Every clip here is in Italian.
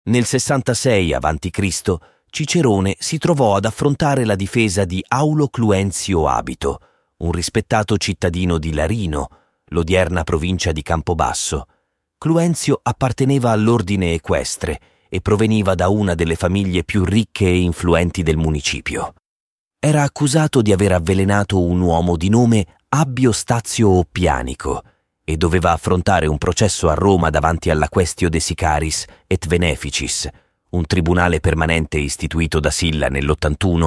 Nel 66 a.C., Cicerone si trovò ad affrontare la difesa di Aulo Cluenzio Abito, un rispettato cittadino di Larino, l'odierna provincia di Campobasso. Cluenzio apparteneva all'ordine equestre e proveniva da una delle famiglie più ricche e influenti del municipio. Era accusato di aver avvelenato un uomo di nome Abbio Stazio Oppianico e doveva affrontare un processo a Roma davanti alla Quaestio de Sicaris et Veneficis, un tribunale permanente istituito da Silla nell'81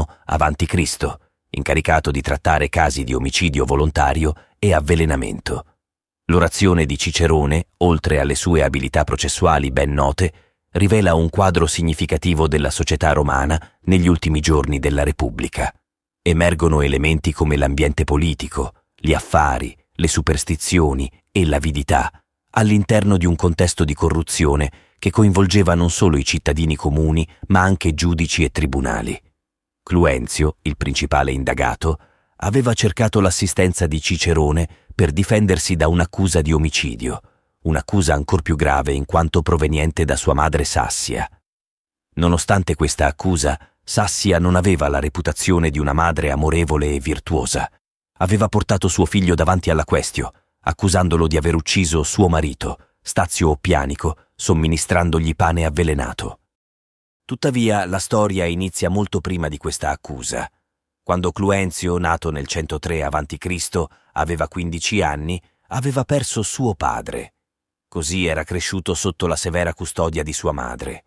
a.C., incaricato di trattare casi di omicidio volontario e avvelenamento. L'orazione di Cicerone, oltre alle sue abilità processuali ben note, rivela un quadro significativo della società romana negli ultimi giorni della Repubblica. Emergono elementi come l'ambiente politico, gli affari, le superstizioni e l'avidità, all'interno di un contesto di corruzione che coinvolgeva non solo i cittadini comuni, ma anche giudici e tribunali. Cluenzio, il principale indagato, aveva cercato l'assistenza di Cicerone per difendersi da un'accusa di omicidio, un'accusa ancor più grave in quanto proveniente da sua madre Sassia. Nonostante questa accusa, Sassia non aveva la reputazione di una madre amorevole e virtuosa. Aveva portato suo figlio davanti alla Quaestio, accusandolo di aver ucciso suo marito, Stazio Oppianico, somministrandogli pane avvelenato. Tuttavia, la storia inizia molto prima di questa accusa. Quando Cluenzio, nato nel 103 a.C., aveva 15 anni, aveva perso suo padre. Così era cresciuto sotto la severa custodia di sua madre.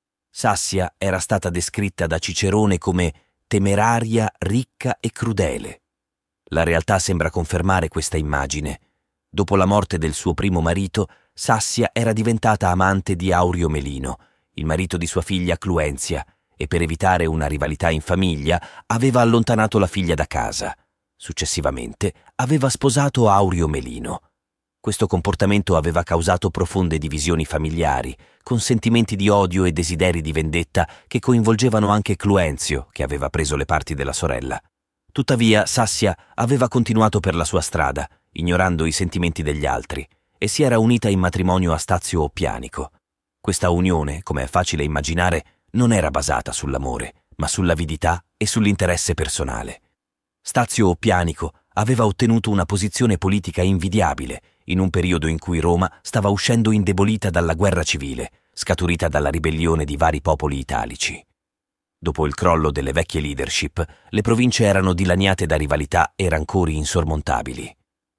Sassia era stata descritta da Cicerone come temeraria, ricca e crudele. La realtà sembra confermare questa immagine. Dopo la morte del suo primo marito, Sassia era diventata amante di Aurio Melino, il marito di sua figlia Cluenzia, e per evitare una rivalità in famiglia aveva allontanato la figlia da casa. Successivamente aveva sposato Aurio Melino. Questo comportamento aveva causato profonde divisioni familiari, con sentimenti di odio e desideri di vendetta che coinvolgevano anche Cluenzio, che aveva preso le parti della sorella. Tuttavia, Sassia aveva continuato per la sua strada, ignorando i sentimenti degli altri, e si era unita in matrimonio a Stazio Oppianico. Questa unione, come è facile immaginare, non era basata sull'amore, ma sull'avidità e sull'interesse personale. Stazio Oppianico aveva ottenuto una posizione politica invidiabile in un periodo in cui Roma stava uscendo indebolita dalla guerra civile, scaturita dalla ribellione di vari popoli italici. Dopo il crollo delle vecchie leadership, le province erano dilaniate da rivalità e rancori insormontabili.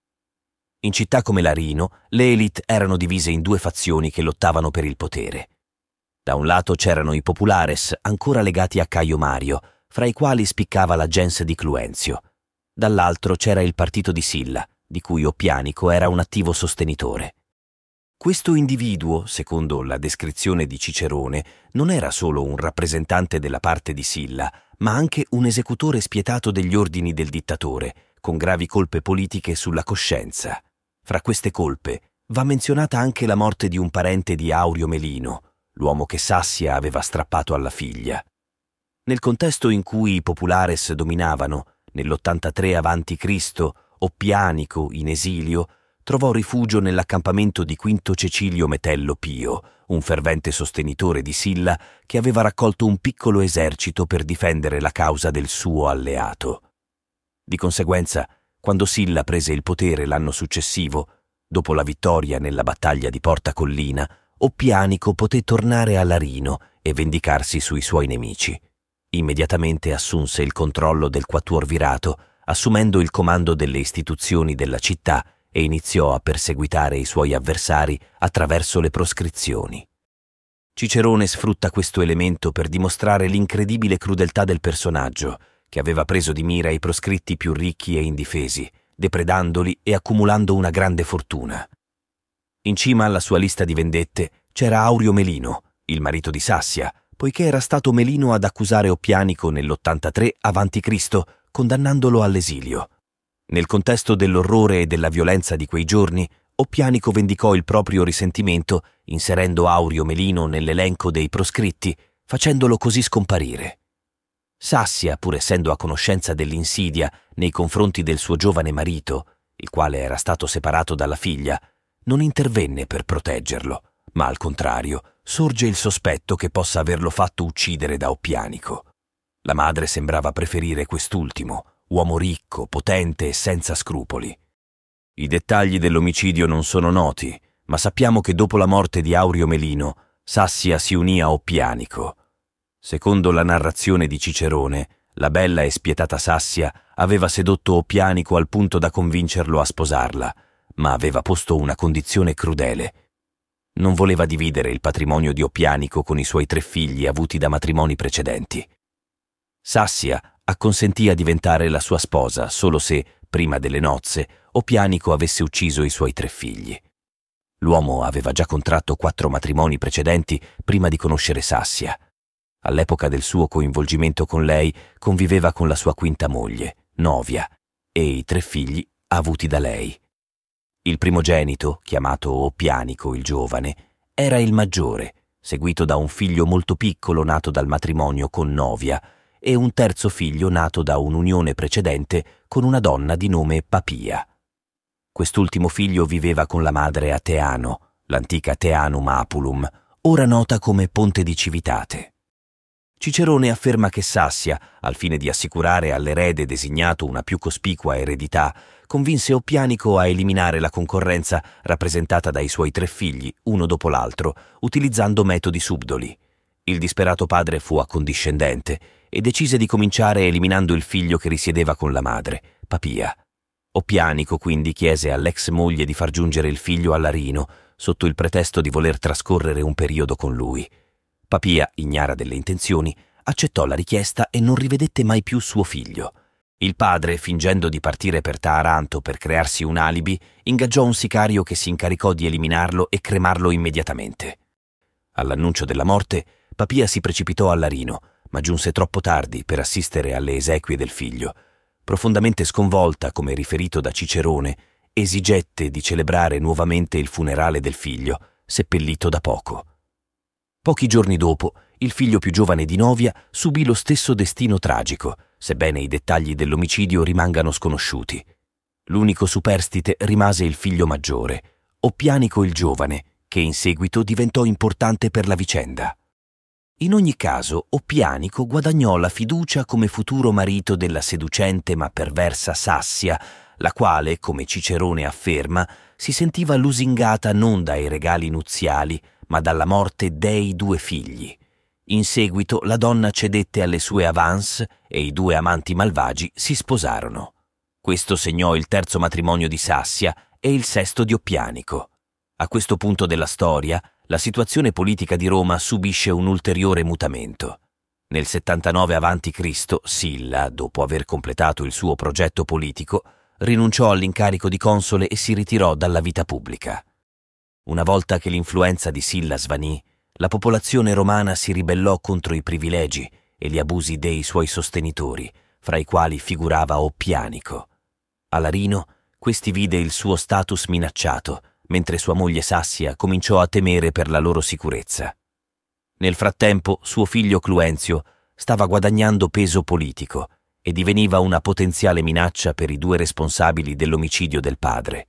In città come Larino, le élite erano divise in due fazioni che lottavano per il potere. Da un lato c'erano i populares, ancora legati a Caio Mario, fra i quali spiccava la gens di Cluenzio. Dall'altro c'era il partito di Silla, di cui Oppianico era un attivo sostenitore. Questo individuo, secondo la descrizione di Cicerone, non era solo un rappresentante della parte di Silla, ma anche un esecutore spietato degli ordini del dittatore, con gravi colpe politiche sulla coscienza. Fra queste colpe va menzionata anche la morte di un parente di Aurio Melino, l'uomo che Sassia aveva strappato alla figlia. Nel contesto in cui i populares dominavano, nell'83 a.C., Oppianico, in esilio, trovò rifugio nell'accampamento di Quinto Cecilio Metello Pio, un fervente sostenitore di Silla che aveva raccolto un piccolo esercito per difendere la causa del suo alleato. Di conseguenza, quando Silla prese il potere l'anno successivo, dopo la vittoria nella battaglia di Porta Collina, Oppianico poté tornare a Larino e vendicarsi sui suoi nemici. Immediatamente assunse il controllo del Quattuorvirato, assumendo il comando delle istituzioni della città e iniziò a perseguitare i suoi avversari attraverso le proscrizioni. Cicerone sfrutta questo elemento per dimostrare l'incredibile crudeltà del personaggio, che aveva preso di mira i proscritti più ricchi e indifesi, depredandoli e accumulando una grande fortuna. In cima alla sua lista di vendette c'era Aurio Melino, il marito di Sassia, poiché era stato Melino ad accusare Oppianico nell'83 a.C., condannandolo all'esilio. Nel contesto dell'orrore e della violenza di quei giorni, Oppianico vendicò il proprio risentimento inserendo Aurio Melino nell'elenco dei proscritti, facendolo così scomparire. Sassia, pur essendo a conoscenza dell'insidia nei confronti del suo giovane marito, il quale era stato separato dalla figlia, non intervenne per proteggerlo, ma al contrario sorge il sospetto che possa averlo fatto uccidere da Oppianico. La madre sembrava preferire quest'ultimo, uomo ricco, potente e senza scrupoli. I dettagli dell'omicidio non sono noti, ma sappiamo che dopo la morte di Aurio Melino, Sassia si unì a Oppianico. Secondo la narrazione di Cicerone, la bella e spietata Sassia aveva sedotto Oppianico al punto da convincerlo a sposarla, ma aveva posto una condizione crudele. Non voleva dividere il patrimonio di Oppianico con i suoi 3 figli avuti da matrimoni precedenti. Sassia acconsentì a diventare la sua sposa solo se, prima delle nozze, Oppianico avesse ucciso i suoi 3 figli. L'uomo aveva già contratto 4 matrimoni precedenti prima di conoscere Sassia. All'epoca del suo coinvolgimento con lei conviveva con la sua 5ª moglie, Novia, e i 3 figli avuti da lei. Il primogenito, chiamato Oppianico il giovane, era il maggiore, seguito da un figlio molto piccolo nato dal matrimonio con Novia e un terzo figlio nato da un'unione precedente con una donna di nome Papia. Quest'ultimo figlio viveva con la madre a Teano, l'antica Teanum Apulum, ora nota come Ponte di Civitate. Cicerone afferma che Sassia, al fine di assicurare all'erede designato una più cospicua eredità, convinse Oppianico a eliminare la concorrenza rappresentata dai suoi 3 figli, uno dopo l'altro, utilizzando metodi subdoli. Il disperato padre fu accondiscendente e decise di cominciare eliminando il figlio che risiedeva con la madre, Papia. Oppianico quindi chiese all'ex moglie di far giungere il figlio a Larino, sotto il pretesto di voler trascorrere un periodo con lui. Papia, ignara delle intenzioni, accettò la richiesta e non rivedette mai più suo figlio. Il padre, fingendo di partire per Taranto per crearsi un alibi, ingaggiò un sicario che si incaricò di eliminarlo e cremarlo immediatamente. All'annuncio della morte, Papia si precipitò a Larino, ma giunse troppo tardi per assistere alle esequie del figlio. Profondamente sconvolta, come riferito da Cicerone, esigette di celebrare nuovamente il funerale del figlio, seppellito da poco. Pochi giorni dopo, il figlio più giovane di Novia subì lo stesso destino tragico, sebbene i dettagli dell'omicidio rimangano sconosciuti. L'unico superstite rimase il figlio maggiore, Oppianico il giovane, che in seguito diventò importante per la vicenda. In ogni caso, Oppianico guadagnò la fiducia come futuro marito della seducente ma perversa Sassia, la quale, come Cicerone afferma, si sentiva lusingata non dai regali nuziali, ma dalla morte dei 2 figli. In seguito la donna cedette alle sue avance e i 2 amanti malvagi si sposarono. Questo segnò il 3° matrimonio di Sassia e il 6° di Oppianico. A questo punto della storia, la situazione politica di Roma subisce un ulteriore mutamento. Nel 79 a.C., Silla, dopo aver completato il suo progetto politico, rinunciò all'incarico di console e si ritirò dalla vita pubblica. Una volta che l'influenza di Silla svanì, la popolazione romana si ribellò contro i privilegi e gli abusi dei suoi sostenitori, fra i quali figurava Oppianico. A Larino, questi vide il suo status minacciato, mentre sua moglie Sassia cominciò a temere per la loro sicurezza. Nel frattempo, suo figlio Cluenzio stava guadagnando peso politico e diveniva una potenziale minaccia per i 2 responsabili dell'omicidio del padre.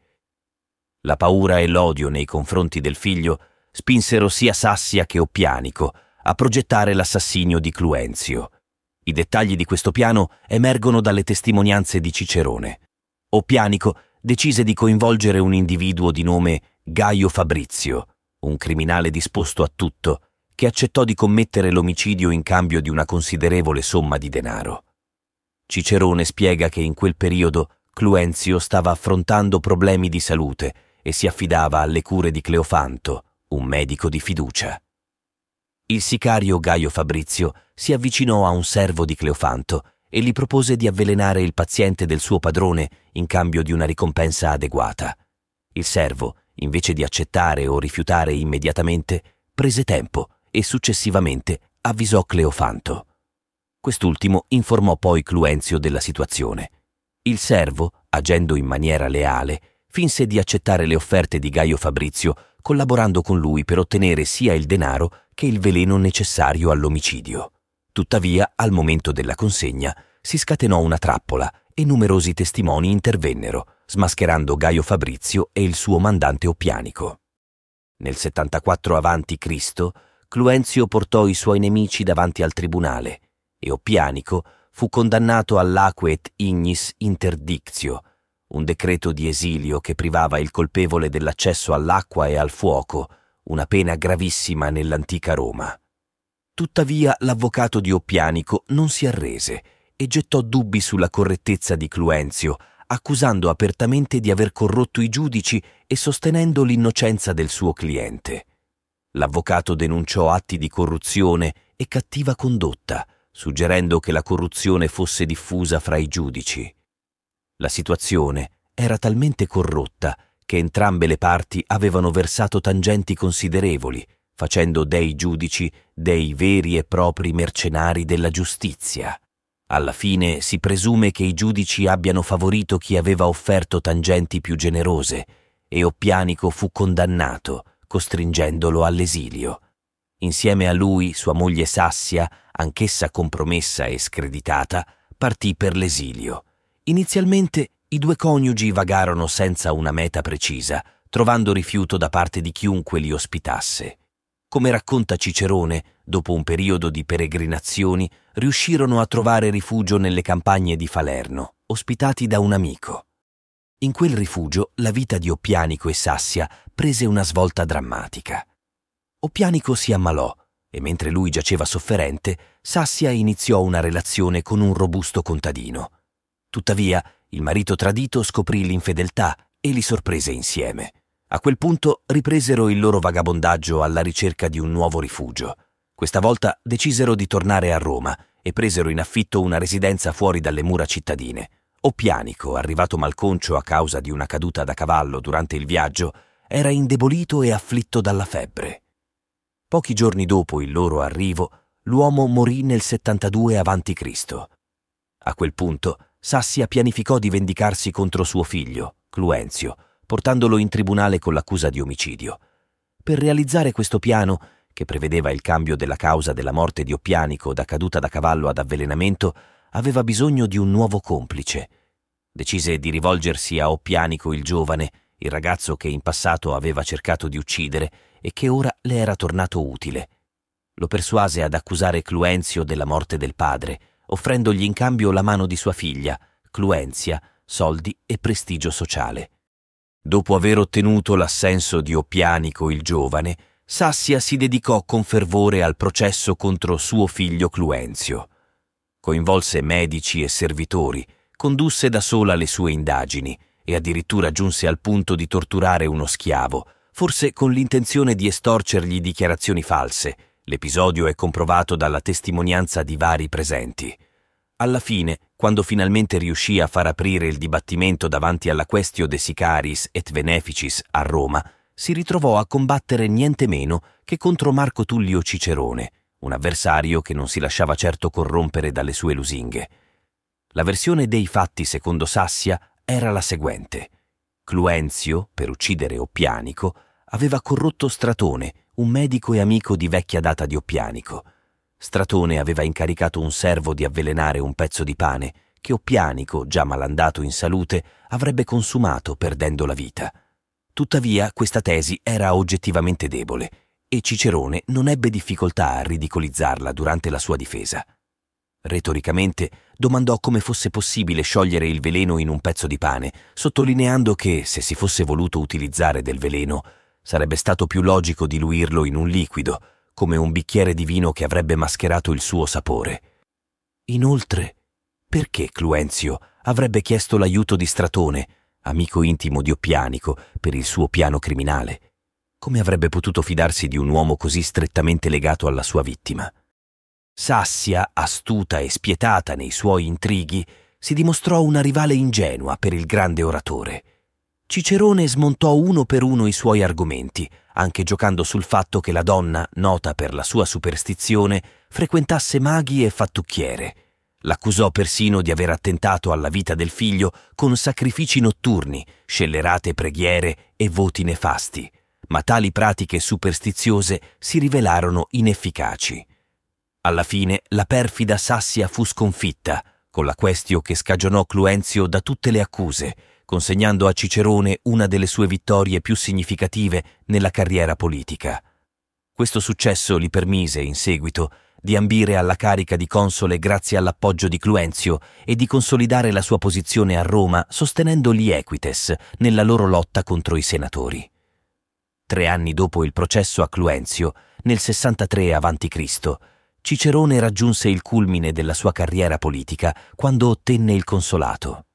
La paura e l'odio nei confronti del figlio spinsero sia Sassia che Oppianico a progettare l'assassinio di Cluenzio. I dettagli di questo piano emergono dalle testimonianze di Cicerone. Oppianico decise di coinvolgere un individuo di nome Gaio Fabrizio, un criminale disposto a tutto, che accettò di commettere l'omicidio in cambio di una considerevole somma di denaro. Cicerone spiega che in quel periodo Cluenzio stava affrontando problemi di salute e si affidava alle cure di Cleofanto, un medico di fiducia. Il sicario Gaio Fabrizio si avvicinò a un servo di Cleofanto e gli propose di avvelenare il paziente del suo padrone in cambio di una ricompensa adeguata. Il servo, invece di accettare o rifiutare immediatamente, prese tempo e successivamente avvisò Cleofanto. Quest'ultimo informò poi Cluenzio della situazione. Il servo, agendo in maniera leale, finse di accettare le offerte di Gaio Fabrizio, collaborando con lui per ottenere sia il denaro che il veleno necessario all'omicidio. Tuttavia, al momento della consegna, si scatenò una trappola e numerosi testimoni intervennero, smascherando Gaio Fabrizio e il suo mandante Oppianico. Nel 74 a.C., Cluenzio portò i suoi nemici davanti al tribunale e Oppianico fu condannato all'aquet ignis interdictio, un decreto di esilio che privava il colpevole dell'accesso all'acqua e al fuoco, una pena gravissima nell'antica Roma. Tuttavia l'avvocato di Oppianico non si arrese e gettò dubbi sulla correttezza di Cluenzio, accusando apertamente di aver corrotto i giudici e sostenendo l'innocenza del suo cliente. L'avvocato denunciò atti di corruzione e cattiva condotta, suggerendo che la corruzione fosse diffusa fra i giudici. La situazione era talmente corrotta che entrambe le parti avevano versato tangenti considerevoli, facendo dei giudici dei veri e propri mercenari della giustizia. Alla fine si presume che i giudici abbiano favorito chi aveva offerto tangenti più generose e Oppianico fu condannato, costringendolo all'esilio. Insieme a lui sua moglie Sassia, anch'essa compromessa e screditata, partì per l'esilio. Inizialmente i due coniugi vagarono senza una meta precisa, trovando rifiuto da parte di chiunque li ospitasse. Come racconta Cicerone, dopo un periodo di peregrinazioni, riuscirono a trovare rifugio nelle campagne di Falerno, ospitati da un amico. In quel rifugio la vita di Oppianico e Sassia prese una svolta drammatica. Oppianico si ammalò e mentre lui giaceva sofferente, Sassia iniziò una relazione con un robusto contadino. Tuttavia, il marito tradito scoprì l'infedeltà e li sorprese insieme. A quel punto ripresero il loro vagabondaggio alla ricerca di un nuovo rifugio. Questa volta decisero di tornare a Roma e presero in affitto una residenza fuori dalle mura cittadine. Oppianico, arrivato malconcio a causa di una caduta da cavallo durante il viaggio, era indebolito e afflitto dalla febbre. Pochi giorni dopo il loro arrivo, l'uomo morì nel 72 a.C. A quel punto Sassia pianificò di vendicarsi contro suo figlio, Cluenzio, portandolo in tribunale con l'accusa di omicidio. Per realizzare questo piano, che prevedeva il cambio della causa della morte di Oppianico da caduta da cavallo ad avvelenamento, aveva bisogno di un nuovo complice. Decise di rivolgersi a Oppianico il giovane, il ragazzo che in passato aveva cercato di uccidere e che ora le era tornato utile. Lo persuase ad accusare Cluenzio della morte del padre, offrendogli in cambio la mano di sua figlia, Cluenzia, soldi e prestigio sociale. Dopo aver ottenuto l'assenso di Oppianico il giovane, Sassia si dedicò con fervore al processo contro suo figlio Cluenzio. Coinvolse medici e servitori, condusse da sola le sue indagini e addirittura giunse al punto di torturare uno schiavo, forse con l'intenzione di estorcergli dichiarazioni false. L'episodio è comprovato dalla testimonianza di vari presenti. Alla fine, quando finalmente riuscì a far aprire il dibattimento davanti alla Quaestio de Sicaris et Veneficis a Roma, si ritrovò a combattere niente meno che contro Marco Tullio Cicerone, un avversario che non si lasciava certo corrompere dalle sue lusinghe. La versione dei fatti secondo Sassia era la seguente. Cluenzio, per uccidere Oppianico, aveva corrotto Stratone, un medico e amico di vecchia data di Oppianico. Stratone aveva incaricato un servo di avvelenare un pezzo di pane che Oppianico, già malandato in salute, avrebbe consumato perdendo la vita. Tuttavia, questa tesi era oggettivamente debole e Cicerone non ebbe difficoltà a ridicolizzarla durante la sua difesa. Retoricamente domandò come fosse possibile sciogliere il veleno in un pezzo di pane, sottolineando che, se si fosse voluto utilizzare del veleno, sarebbe stato più logico diluirlo in un liquido, come un bicchiere di vino che avrebbe mascherato il suo sapore. Inoltre, perché Cluenzio avrebbe chiesto l'aiuto di Stratone, amico intimo di Oppianico, per il suo piano criminale? Come avrebbe potuto fidarsi di un uomo così strettamente legato alla sua vittima? Sassia, astuta e spietata nei suoi intrighi, si dimostrò una rivale ingenua per il grande oratore. Cicerone smontò uno per uno i suoi argomenti, anche giocando sul fatto che la donna, nota per la sua superstizione, frequentasse maghi e fattucchiere. L'accusò persino di aver attentato alla vita del figlio con sacrifici notturni, scellerate preghiere e voti nefasti, ma tali pratiche superstiziose si rivelarono inefficaci. Alla fine la perfida Sassia fu sconfitta, con la Quaestio che scagionò Cluenzio da tutte le accuse, consegnando a Cicerone una delle sue vittorie più significative nella carriera politica. Questo successo gli permise, in seguito, di ambire alla carica di console grazie all'appoggio di Cluenzio e di consolidare la sua posizione a Roma sostenendo gli Equites nella loro lotta contro i senatori. 3 anni dopo il processo a Cluenzio, nel 63 a.C., Cicerone raggiunse il culmine della sua carriera politica quando ottenne il consolato.